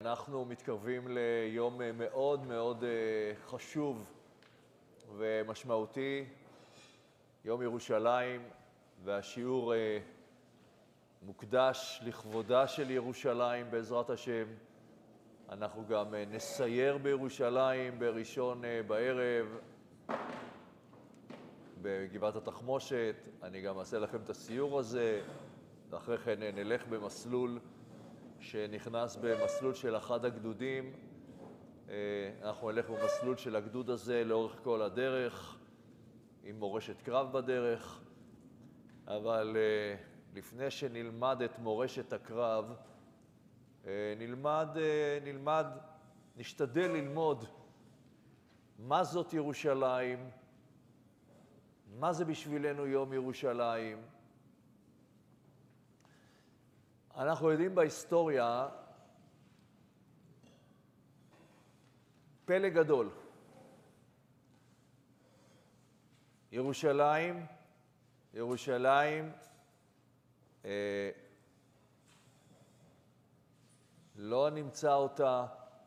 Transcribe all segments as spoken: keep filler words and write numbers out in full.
אנחנו מתקרבים ליום מאוד מאוד חשוב ומשמעותי, יום ירושלים, והשיעור מוקדש לכבודה של ירושלים בעזרת השם. אנחנו גם נסייר בירושלים בראשון בערב, בגבעת התחמושת. אני גם אעשה לכם את הסיור הזה, ואחרי כן נלך במסלול שנכנס במסלול של אחד הגדודים. אנחנו נלך במסלול של הגדוד הזה לאורך כל הדרך, עם מורשת קרב בדרך. אבל לפני שנלמד את מורשת הקרב, נלמד, נלמד, נשתדל ללמוד מה זאת ירושלים, מה זה בשבילנו יום ירושלים. אנחנו יודעים בהיסטוריה פלא גדול. ירושלים, ירושלים אה, לא נמצא אותה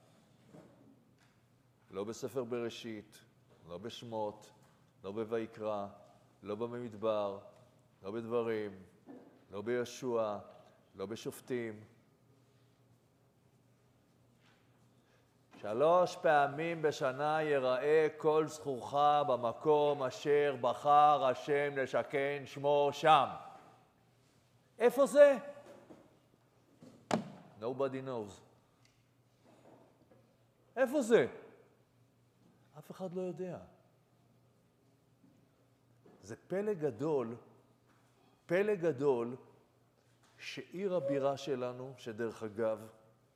לא בספר בראשית, לא בשמות, לא בויקרא, לא במדבר, לא בדברים, לא בישוע, לא בשופטים. שלוש פעמים בשנה יראה כל זכורך במקום אשר בחר השם לשכן שמו שם. איפה זה? Nobody knows. איפה זה? אף אחד לא יודע. זה פלא גדול, פלא גדול, שעיר הבירה שלנו, שדרך אגב,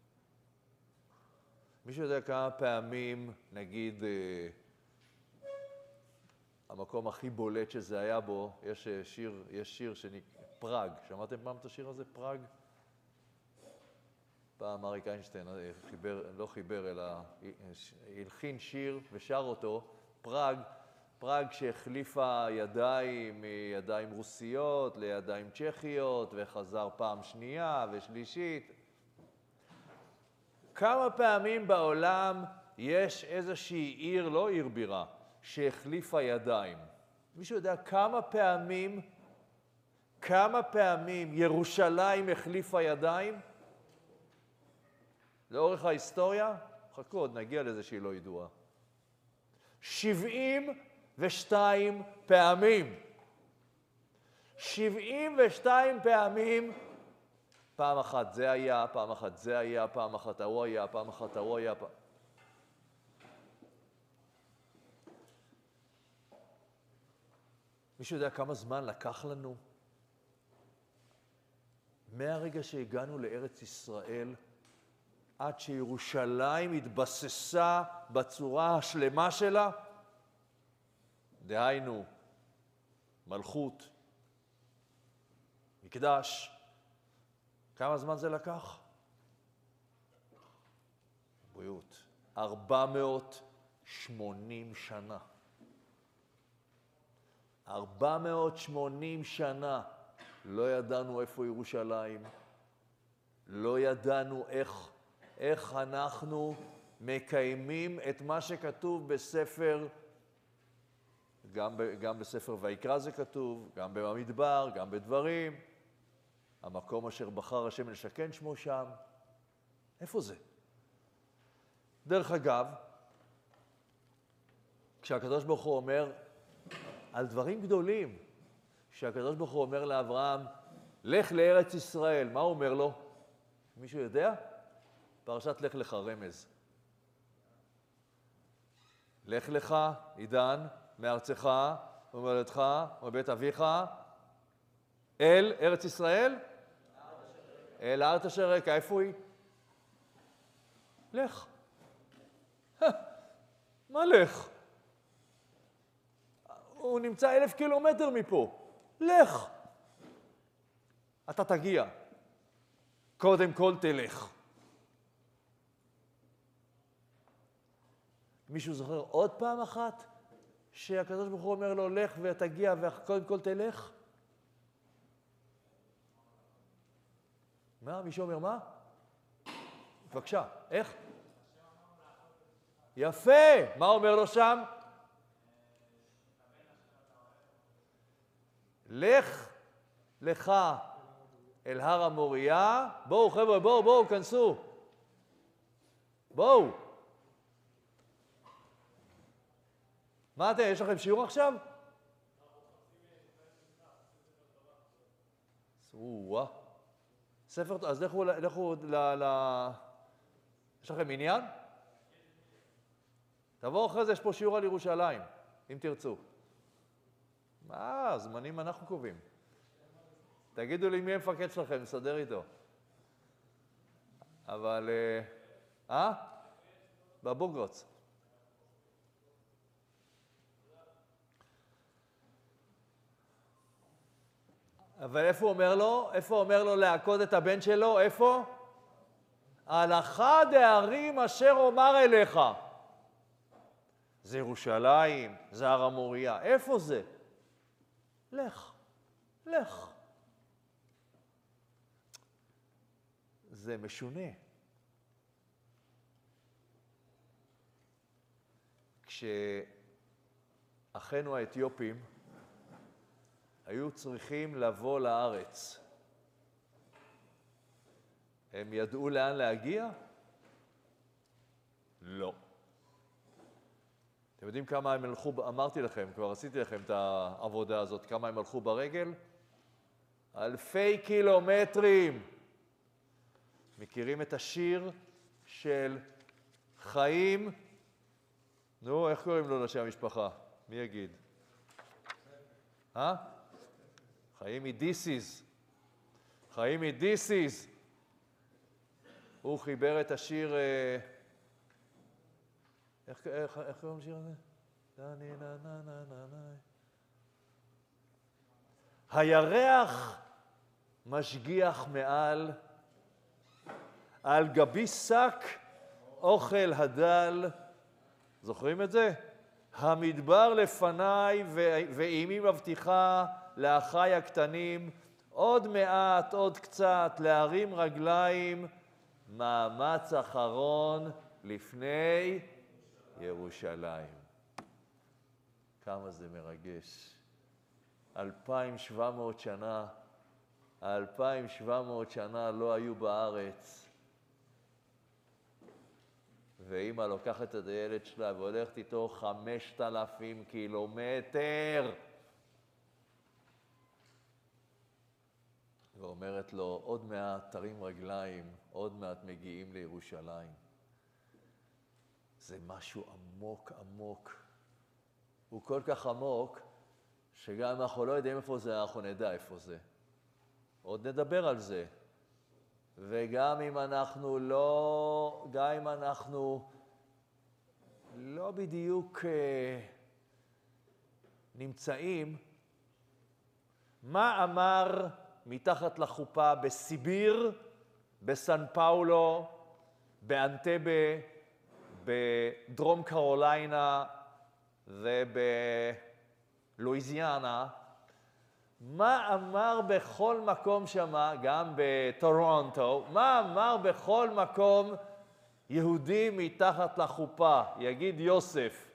מישהו יודע כמה פעמים, נגיד, אה, המקום הכי בולט שזה היה בו, יש שיר, יש שיר שנקרא פראג. שמעתם פעם את השיר הזה, פראג? פעם אריק איינשטיין חיבר, לא חיבר, אלא הלחין שיר ושר אותו, פראג, פראג שהחליפה ידיים מידיים רוסיות לידיים צ'כיות, וחזר פעם שנייה ושלישית. כמה פעמים בעולם יש איזושהי עיר, לא עיר בירה, שהחליפה ידיים? מישהו יודע כמה פעמים, כמה פעמים ירושלים החליפה ידיים? לאורך ההיסטוריה? חכו, עוד נגיע לזה שהיא לא ידועה. שבעים ושתיים פעמים. שבעים ושתיים פעמים. פעם אחת זה היה, פעם אחת זה היה, פעם אחת ההוא היה, פעם אחת ההוא היה. פעם... מישהו יודע כמה זמן לקח לנו? מהרגע שהגענו לארץ ישראל, עד שירושלים התבססה בצורה השלמה שלה, דהיינו, מלכות, מקדש, כמה זמן זה לקח? בריאות. ארבע מאות ושמונים שנה. ארבע מאות ושמונים שנה לא ידענו איפה ירושלים, לא ידענו איך, איך אנחנו מקיימים את מה שכתוב בספר, גם, גם בספר ויקרא זה כתוב, גם במדבר, גם בדברים. המקום אשר בחר השם לשכן שמו שם. איפה זה? דרך אגב, כשהקדוש ברוך הוא אומר על דברים גדולים, כשהקדוש ברוך הוא אומר לאברהם, לך לארץ ישראל, מה הוא אומר לו? מישהו יודע? פרשת לך לך רמז. לך לך, עידן, מארצך, ומולדתך, ומבית אביך, אל ארץ ישראל? אל הארץ אשר אראך. איפה היא? לך. מה לך? הוא נמצא אלף קילומטר מפה. לך. אתה תגיע. קודם כל תלך. מישהו זוכר עוד פעם אחת שהקדוש ברוך הוא אומר לו, לך ותגיע וקודם כל תלך? מה? מישהו אומר מה? בבקשה, איך? יפה, מה אומר לו שם? לך לך אל הר המוריה, בואו חבר'ה, בואו, בואו, כנסו. בואו. מה אתם, יש לכם שיעור עכשיו? וואה. ספר, אז לכו, לכו ל... ל... יש לכם עניין? תבואו אחרי זה, יש פה שיעור על ירושלים, אם תרצו. מה, זמנים אנחנו קובעים. תגידו לי מי המפקד שלכם, נסדר איתו. אבל, אה? בבוגרוץ. אבל איפה הוא אומר לו? איפה הוא אומר לו לעקוד את הבן שלו? איפה? על אחד הערים אשר אומר אליך. זה ירושלים, זה הר המוריה. איפה זה? לך, לך. זה משונה. כשאחינו האתיופים היו צריכים לבוא לארץ, הם ידעו לאן להגיע? לא. אתם יודעים כמה הם הלכו, אמרתי לכם, כבר עשיתי לכם את העבודה הזאת, כמה הם הלכו ברגל? אלפי קילומטרים. מכירים את השיר של חיים? נו, איך קוראים לו לשם המשפחה? מי יגיד? אה? חיים מדיסיס. חיים מדיסיס. הוא חיבר את השיר... איך, איך, איך קוראים לשיר הזה? דני נה נה נה נה נה. הירח משגיח מעל, על גבי שק אוכל הדל. זוכרים את זה? המדבר לפניי ואימי מבטיחה לאחיי הקטנים, עוד מעט, עוד קצת, להרים רגליים, מאמץ אחרון לפני ירושלים. כמה זה מרגש. אלפיים שבע מאות שנה, אלפיים שבע מאות שנה לא היו בארץ. ואמא לוקחת את הילד שלה והולכת איתו חמשת אלפים קילומטר. ואומרת לו, עוד מעט תרים רגליים, עוד מעט מגיעים לירושלים. זה משהו עמוק עמוק. הוא כל כך עמוק, שגם אם אנחנו לא יודעים איפה זה, אנחנו נדע איפה זה. עוד נדבר על זה. וגם אם אנחנו לא, גם אם אנחנו לא בדיוק אה, נמצאים, מה אמר מתחת לחופה בסיביר, בסן פאולו, באנטבה, בדרום קרוליינה ובלואיזיאנה, מה אמר בכל מקום שם, גם בטורונטו, מה אמר בכל מקום יהודי מתחת לחופה? יגיד יוסף.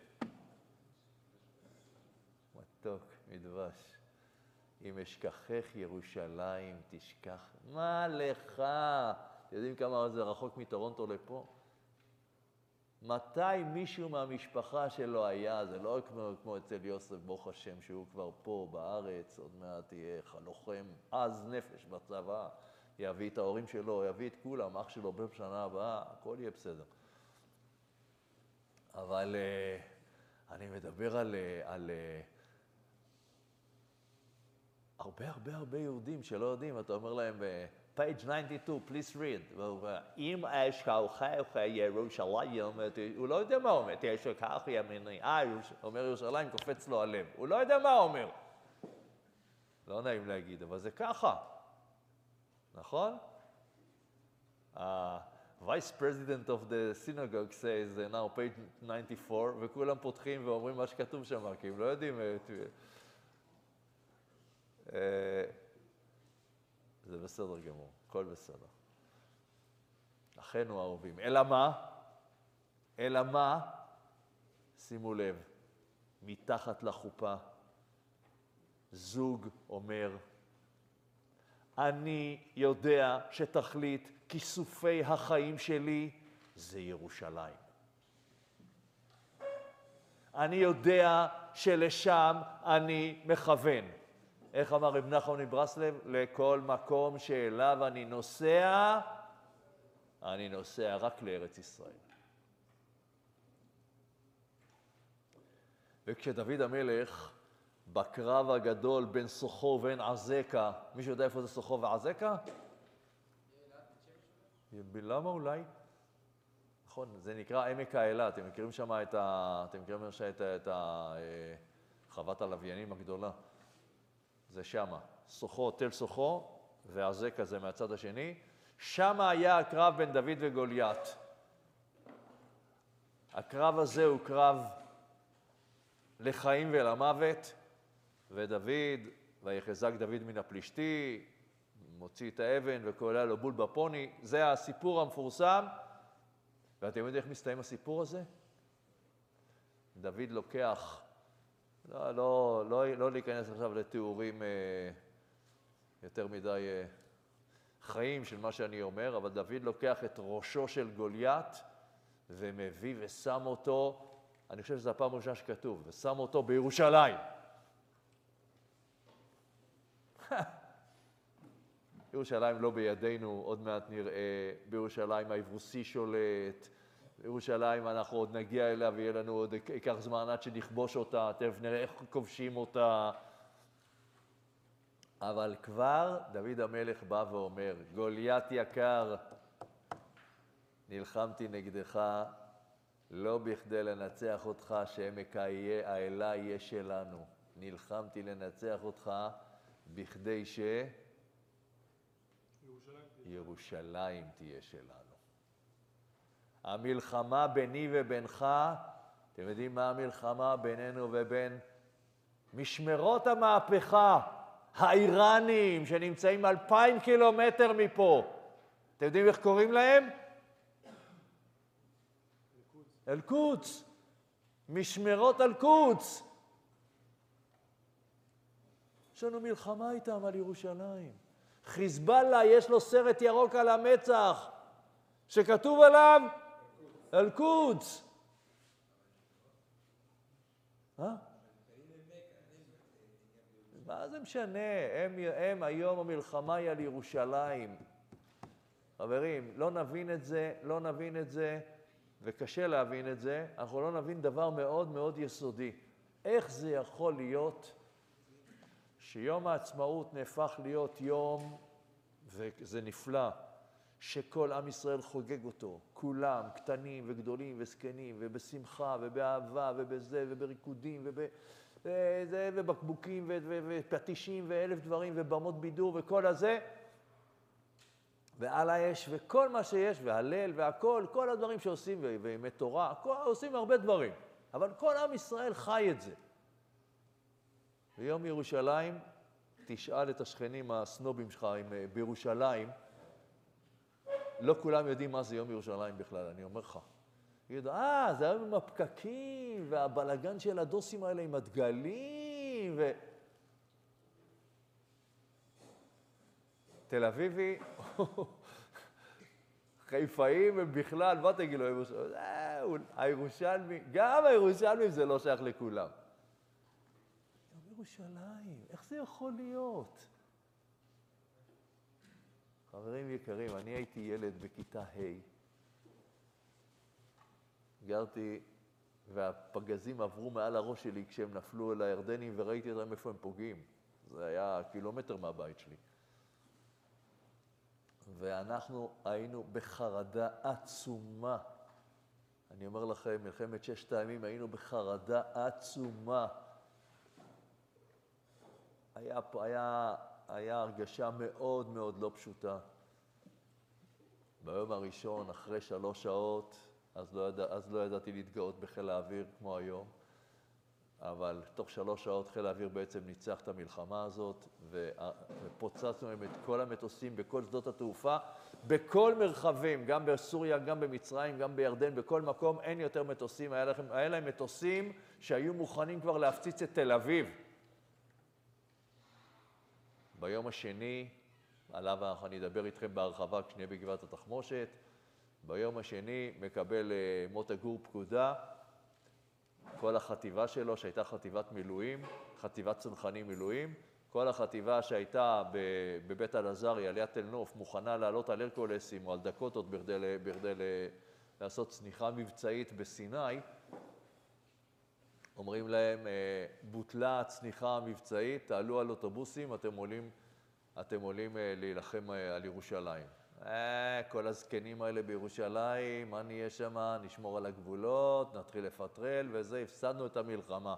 מתוק, מדבש. אם אשכחך ירושלים, תשכח. מה לך? אתם יודעים כמה זה רחוק מטורונטו לפה? מתי מישהו מהמשפחה שלו היה, זה לא כמו, כמו אצל יוסף ברוך השם, שהוא כבר פה בארץ, עוד מעט יהיה לוחם עז נפש בצבא, יביא את ההורים שלו, יביא את כולם, אח שלו בשנה הבאה, הכל יהיה בסדר. אבל uh, אני מדבר על, uh, על uh, הרבה הרבה הרבה יהודים שלא יודעים, אתה אומר להם, page ninety-two, please read. אם אשכחך ירושלים, הוא לא יודע מה הוא אומר, תשכח ימיני. אה, אומר ירושלים, קופץ לו הלב. הוא לא יודע מה הוא אומר. לא נעים להגיד, אבל זה ככה. נכון? ה-Vice President of the synagogue says, now page ninety-four, וכולם פותחים ואומרים מה שכתוב שם, כי הם לא יודעים... זה בסדר גמור, הכל בסדר. אחינו האהובים. אלא מה? אלא מה? שימו לב, מתחת לחופה, זוג אומר, אני יודע שתכלית כיסופי החיים שלי זה ירושלים. אני יודע שלשם אני מכוון. איך אמר רב נחמן מברסלב? לכל מקום שאליו אני נוסע, אני נוסע רק לארץ ישראל. וכשדוד המלך בקרב הגדול בין סוחו ובין עזקה, מישהו יודע איפה זה סוחו ועזקה? למה אולי? נכון, זה נקרא עמק האלה, אתם מכירים שם את ה... אתם מכירים שם את, את ה... חוות הלוויינים הגדולה. זה שמה. סוחו, תל סוחו, ועזקה זה מהצד השני. שמה היה הקרב בין דוד וגוליית. הקרב הזה הוא קרב לחיים ולמוות, ודוד, ויחזק דוד מן הפלישתי, מוציא את האבן וקולע לו בול בפוני. זה הסיפור המפורסם. ואתם יודעים איך מסתיים הסיפור הזה? דוד לוקח, לא, לא, לא, לא להיכנס עכשיו לתיאורים אה, יותר מדי אה, חיים של מה שאני אומר, אבל דוד לוקח את ראשו של גוליית ומביא ושם אותו, אני חושב שזה הפעם הראשונה שכתוב, ושם אותו בירושלים. ירושלים לא בידינו, עוד מעט נראה, בירושלים היבוסי שולט, בירושלים אנחנו עוד נגיע אליה ויהיה לנו עוד, ייקח זמן עד שנכבוש אותה, תכף נראה איך כובשים אותה. אבל כבר דוד המלך בא ואומר, גוליית יקר, נלחמתי נגדך, לא בכדי לנצח אותך, שעמק האלה יהיה שלנו. נלחמתי לנצח אותך בכדי ש... ירושלים תהיה שלנו. המלחמה ביני ובינך, אתם יודעים מה המלחמה בינינו ובין משמרות המהפכה, האיראנים שנמצאים אלפיים קילומטר מפה. אתם יודעים איך קוראים להם? אל-קודס. משמרות אל-קודס. יש לנו מלחמה איתם על ירושלים. חיזבאללה יש לו סרט ירוק על המצח, שכתוב עליו אל-קודס. אה? מה זה משנה? הם, הם היום המלחמה היא על ירושלים. חברים, לא נבין את זה, לא נבין את זה, וקשה להבין את זה, אנחנו לא נבין דבר מאוד מאוד יסודי. איך זה יכול להיות שיום העצמאות נהפך להיות יום, וזה נפלא, שכל עם ישראל חוגג אותו, כולם, קטנים וגדולים וזקנים, ובשמחה ובאהבה ובזה ובריקודים ובזה, ובקבוקים ופטישים ואלף דברים ובמות בידור וכל הזה, ועל האש וכל מה שיש, והלל והכל, כל הדברים שעושים, וימי תורה, כל, עושים הרבה דברים, אבל כל עם ישראל חי את זה. ביום ירושלים, תשאל את השכנים הסנובים שלך בירושלים, לא כולם יודעים מה זה יום ירושלים בכלל, אני אומר לך. ידעו, אה, זה היום עם הפקקים והבלגן של הדוסים האלה עם הדגלים ו... תל אביבי, חיפאים הם בכלל, מה תגיד לו, הירושלמי, גם הירושלמים זה לא שייך לכולם. ירושלים, איך זה יכול להיות? חברים יקרים, אני הייתי ילד בכיתה ה', גרתי והפגזים עברו מעל הראש שלי כשהם נפלו אל הירדנים וראיתי אותם איפה הם פוגעים. זה היה קילומטר מהבית שלי. ואנחנו היינו בחרדה עצומה. אני אומר לכם, מלחמת ששת הימים היינו בחרדה עצומה. היה, היה, היה הרגשה מאוד מאוד לא פשוטה. ביום הראשון, אחרי שלוש שעות, אז לא, ידע, אז לא ידעתי להתגאות בחיל האוויר כמו היום. אבל תוך שלוש שעות חיל האוויר בעצם ניצח את המלחמה הזאת, ופוצצנו להם את כל המטוסים בכל שדות התעופה, בכל מרחבים, גם בסוריה, גם במצרים, גם בירדן, בכל מקום, אין יותר מטוסים. היה להם, היה להם מטוסים שהיו מוכנים כבר להפציץ את תל אביב. ביום השני, עליו אני אדבר איתכם בהרחבה כשנהיה בגבעת התחמושת, ביום השני מקבל מוטה גור פקודה, כל החטיבה שלו, שהייתה חטיבת מילואים, חטיבת צנחנים מילואים, כל החטיבה שהייתה בבית אלעזרי, על יד תל נוף, מוכנה לעלות על הרקולסים או על דקוטות בכדי, בכדי לעשות צניחה מבצעית בסיני, אומרים להם, בוטלה הצניחה המבצעית, תעלו על אוטובוסים, אתם עולים, אתם עולים להילחם על ירושלים. כל הזקנים האלה בירושלים, מה נהיה שם? נשמור על הגבולות, נתחיל לפטרל, וזה, הפסדנו את המלחמה.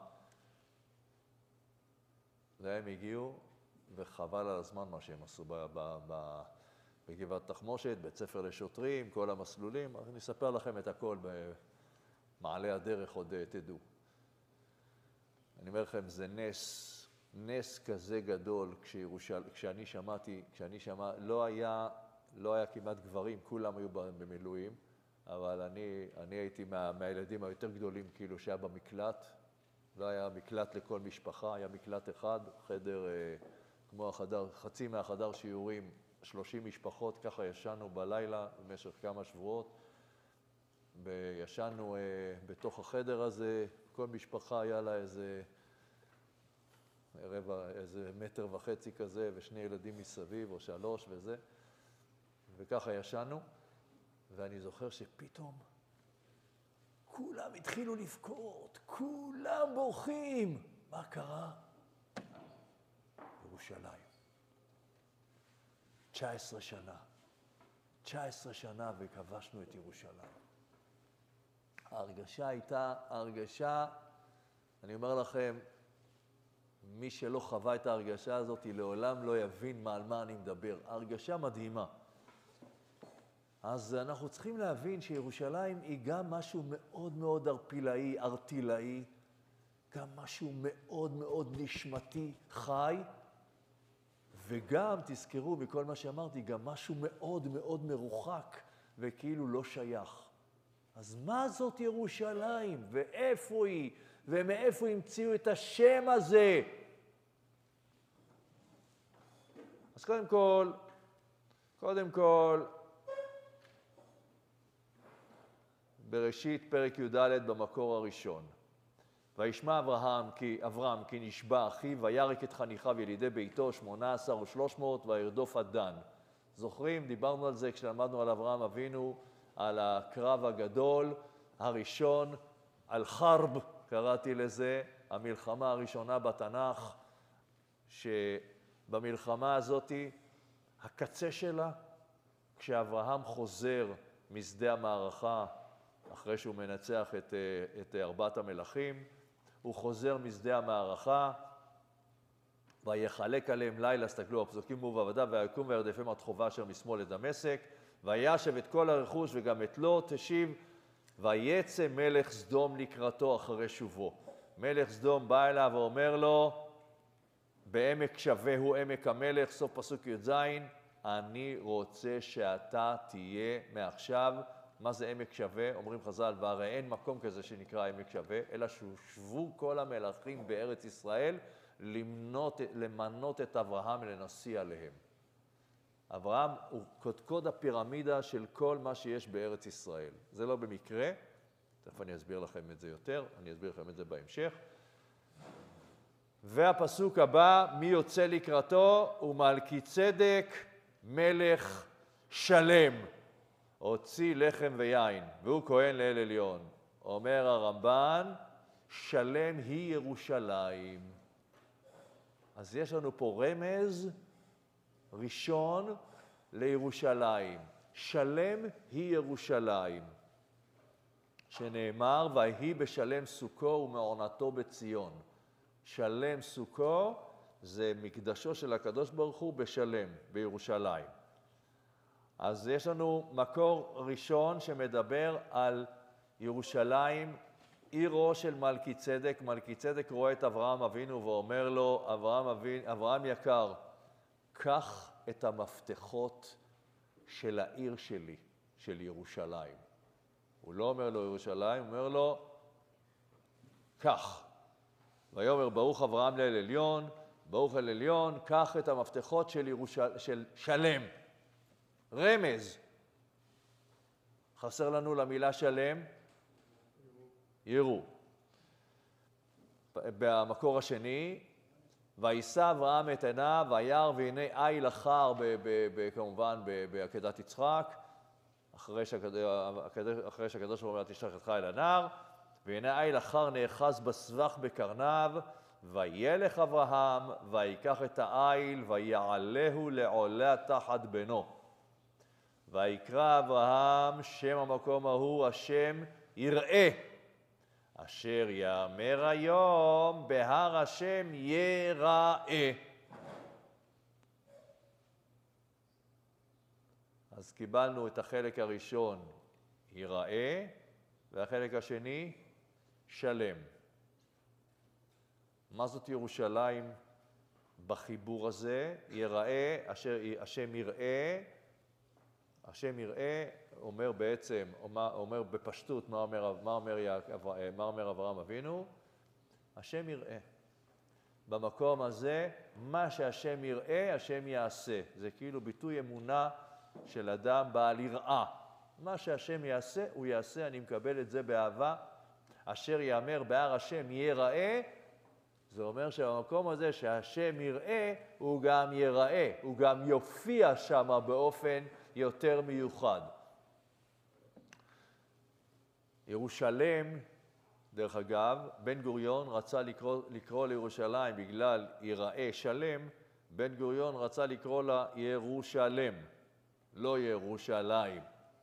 והם הגיעו, וחבל על הזמן מה שהם עשו בגבעת תחמושת, בית ספר לשוטרים, כל המסלולים. אני אספר לכם את הכל במעלה הדרך, עוד תדעו. אני אומר לכם, זה נס, נס כזה גדול, כשירושל... כשאני שמעתי, כשאני שמע... לא היה... לא היה כמעט גברים, כולם היו במילואים, אבל אני, אני הייתי מה, מהילדים היותר גדולים, כאילו שהיה במקלט. לא היה מקלט לכל משפחה, היה מקלט אחד, חדר, אה, כמו החדר, חצי מהחדר שיעורים, שלושים משפחות, ככה ישנו בלילה במשך כמה שבועות. וישנו אה, בתוך החדר הזה, כל משפחה היה לה איזה, רבע, איזה מטר וחצי כזה, ושני ילדים מסביב, או שלוש וזה. וככה ישנו, ואני זוכר שפתאום כולם התחילו לבכות, כולם בורחים. מה קרה? ירושלים. תשע עשרה שנה. תשע עשרה שנה וכבשנו את ירושלים. ההרגשה הייתה, ההרגשה, אני אומר לכם, מי שלא חווה את ההרגשה הזאת, לעולם לא יבין מה, על מה אני מדבר. ההרגשה מדהימה. אז אנחנו צריכים להבין שירושלים היא גם משהו מאוד מאוד ארפילאי, ארטילאי, גם משהו מאוד מאוד נשמתי, חי, וגם, תזכרו מכל מה שאמרתי, גם משהו מאוד מאוד מרוחק וכאילו לא שייך. אז מה זאת ירושלים? ואיפה היא? ומאיפה המציאו את השם הזה? אז קודם כל, קודם כל, בראשית פרק י"ד במקור הראשון. וישמע אברהם כי, אברהם כי נשבע אחיו, וירק את חניכיו ילידי ביתו, שמונה עשר ושלוש מאות, וירדוף עד דן. זוכרים? דיברנו על זה כשלמדנו על אברהם אבינו, על הקרב הגדול, הראשון, על חרב, קראתי לזה, המלחמה הראשונה בתנ"ך, שבמלחמה הזאת, הקצה שלה, כשאברהם חוזר משדה המערכה, אחרי שהוא מנצח את, את ארבעת המלכים, הוא חוזר משדה המערכה, ויחלק עליהם לילה, סתכלו, הפסוקים ובעבדה, ויקום וירדפם עד חובה אשר משמאל לדמשק, וישב את כל הרכוש וגם את לוט, השיב, ויצא מלך סדום לקראתו אחרי שובו. מלך סדום בא אליו ואומר לו, בעמק שווה הוא עמק המלך, סוף פסוק י"ז, אני רוצה שאתה תהיה מעכשיו, מה זה עמק שווה? אומרים חז"ל, והרי אין מקום כזה שנקרא עמק שווה, אלא שושבו כל המלכים בארץ ישראל למנות, למנות את אברהם לנשיא עליהם. אברהם הוא קודקוד הפירמידה של כל מה שיש בארץ ישראל. זה לא במקרה, תכף אני אסביר לכם את זה יותר, אני אסביר לכם את זה בהמשך. והפסוק הבא, מי יוצא לקראתו? ומלכי צדק מלך שלם. הוציא לחם ויין, והוא כהן לאל עליון. אומר הרמב"ן, שלם היא ירושלים. אז יש לנו פה רמז ראשון לירושלים. שלם היא ירושלים. שנאמר, ויהי בשלם סוכו ומעונתו בציון. שלם סוכו זה מקדשו של הקדוש ברוך הוא בשלם, בירושלים. אז יש לנו מקור ראשון שמדבר על ירושלים עירו של מלכי צדק. מלכי צדק רואה את אברהם אבינו ואומר לו, אברהם, אבין, אברהם יקר, קח את המפתחות של העיר שלי, של ירושלים. הוא לא אומר לו ירושלים, הוא אומר לו, קח. ויאמר ברוך אברהם לאל עליון, ברוך אל עליון, קח את המפתחות של, ירושל... של שלם. רמז. חסר לנו למילה שלם? ירו. במקור השני, וישא אברהם את עיניו, וירא והנה איל אחר, כמובן בעקדת יצחק, אחרי שהקדוש ברוך הוא אומר תשלח ידך אל הנער, והנה איל אחר נאחז בסבך בקרניו, וילך אברהם, ויקח את האיל, ויעלהו לעולה תחת בנו. ויקרא אברהם שם המקום ההוא, השם יראה, אשר יאמר היום בהר השם יראה. אז קיבלנו את החלק הראשון, יראה, והחלק השני, שלם. מה זאת ירושלים בחיבור הזה? יראה, אשר, השם יראה, השם יראה אומר בעצם, אומר בפשטות מה אומר, מה אומר, מה אומר אברהם אבינו? השם יראה. במקום הזה, מה שהשם יראה, השם יעשה. זה כאילו ביטוי אמונה של אדם בעל יראה. מה שהשם יעשה, הוא יעשה, אני מקבל את זה באהבה. אשר יאמר בהר השם יראה, זה אומר שבמקום הזה שהשם יראה, הוא גם יראה, הוא גם יופיע שם באופן יותר מיוחד. ירושלם, דרך אגב, בן גוריון רצה לקרוא, לקרוא לירושלים בגלל יראה שלם, בן גוריון רצה לקרוא לה ירושלם, לא ירושלים.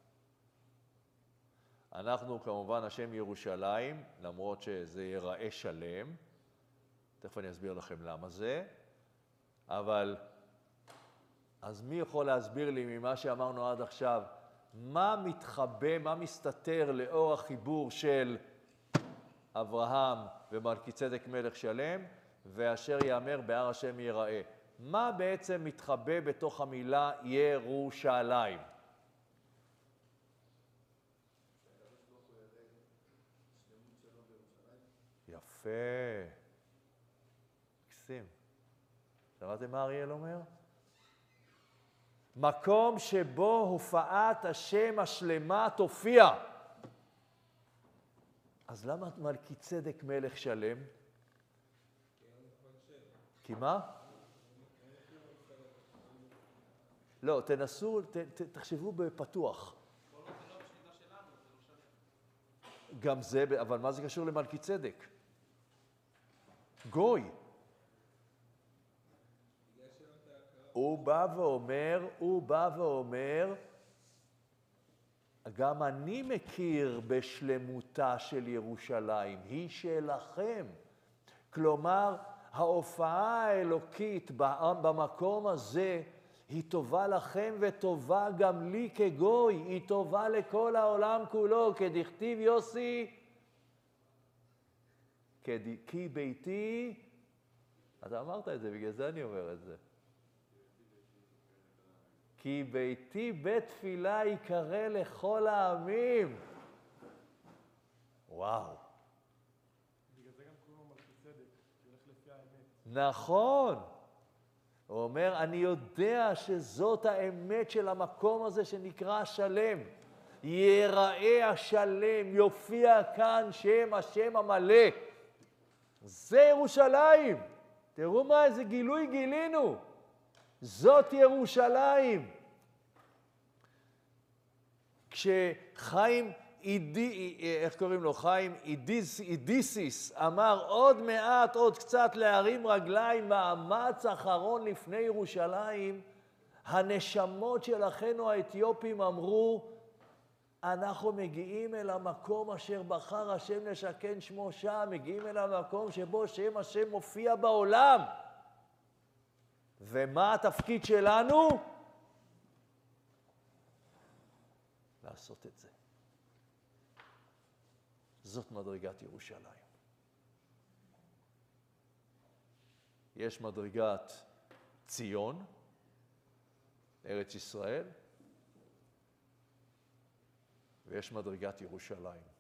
אנחנו כמובן השם ירושלים, למרות שזה יראה שלם, תכף אני אסביר לכם למה זה, אבל אז מי יכול להסביר לי ממה שאמרנו עד עכשיו, מה מתחבא, מה מסתתר לאור החיבור של אברהם ומלכי צדק מלך שלם, ואשר יאמר בהר השם יראה? מה בעצם מתחבא בתוך המילה ירושלים? יפה. מקסים. שמעתם מה אריאל אומר? מקום שבו הופעת השם השלמה תופיע. אז למה מלכי צדק מלך שלם? כי מה? לא, תנסו, ת, ת, תחשבו בפתוח. גם זה, אבל מה זה קשור למלכי צדק? גוי. הוא בא ואומר, הוא בא ואומר, גם אני מכיר בשלמותה של ירושלים, היא שלכם. כלומר, ההופעה האלוקית במקום הזה היא טובה לכם וטובה גם לי כגוי, היא טובה לכל העולם כולו, כדכתיב יוסי, כי ביתי, אתה אמרת את זה, בגלל זה אני אומר את זה. כי ביתי בית תפילה יקרא לכל העמים. וואו. בגלל זה גם קוראים לו מלכי צדק, כי הולך לפי האמת. נכון. הוא אומר, אני יודע שזאת האמת של המקום הזה שנקרא שלם. יראה השלם, יופיע כאן שם השם המלא. זה ירושלים. תראו מה, איזה גילוי גילינו. זאת ירושלים. כשחיים אידי, איך קוראים לו? חיים אידיס, אידיסיס אמר עוד מעט, עוד קצת להרים רגליים, מאמץ אחרון לפני ירושלים, הנשמות של אחינו האתיופים אמרו, אנחנו מגיעים אל המקום אשר בחר השם לשכן שמו שם, מגיעים אל המקום שבו שם השם מופיע בעולם. ומה התפקיד שלנו? לעשות את זה. זאת מדרגת ירושלים. יש מדרגת ציון, ארץ ישראל, ויש מדרגת ירושלים.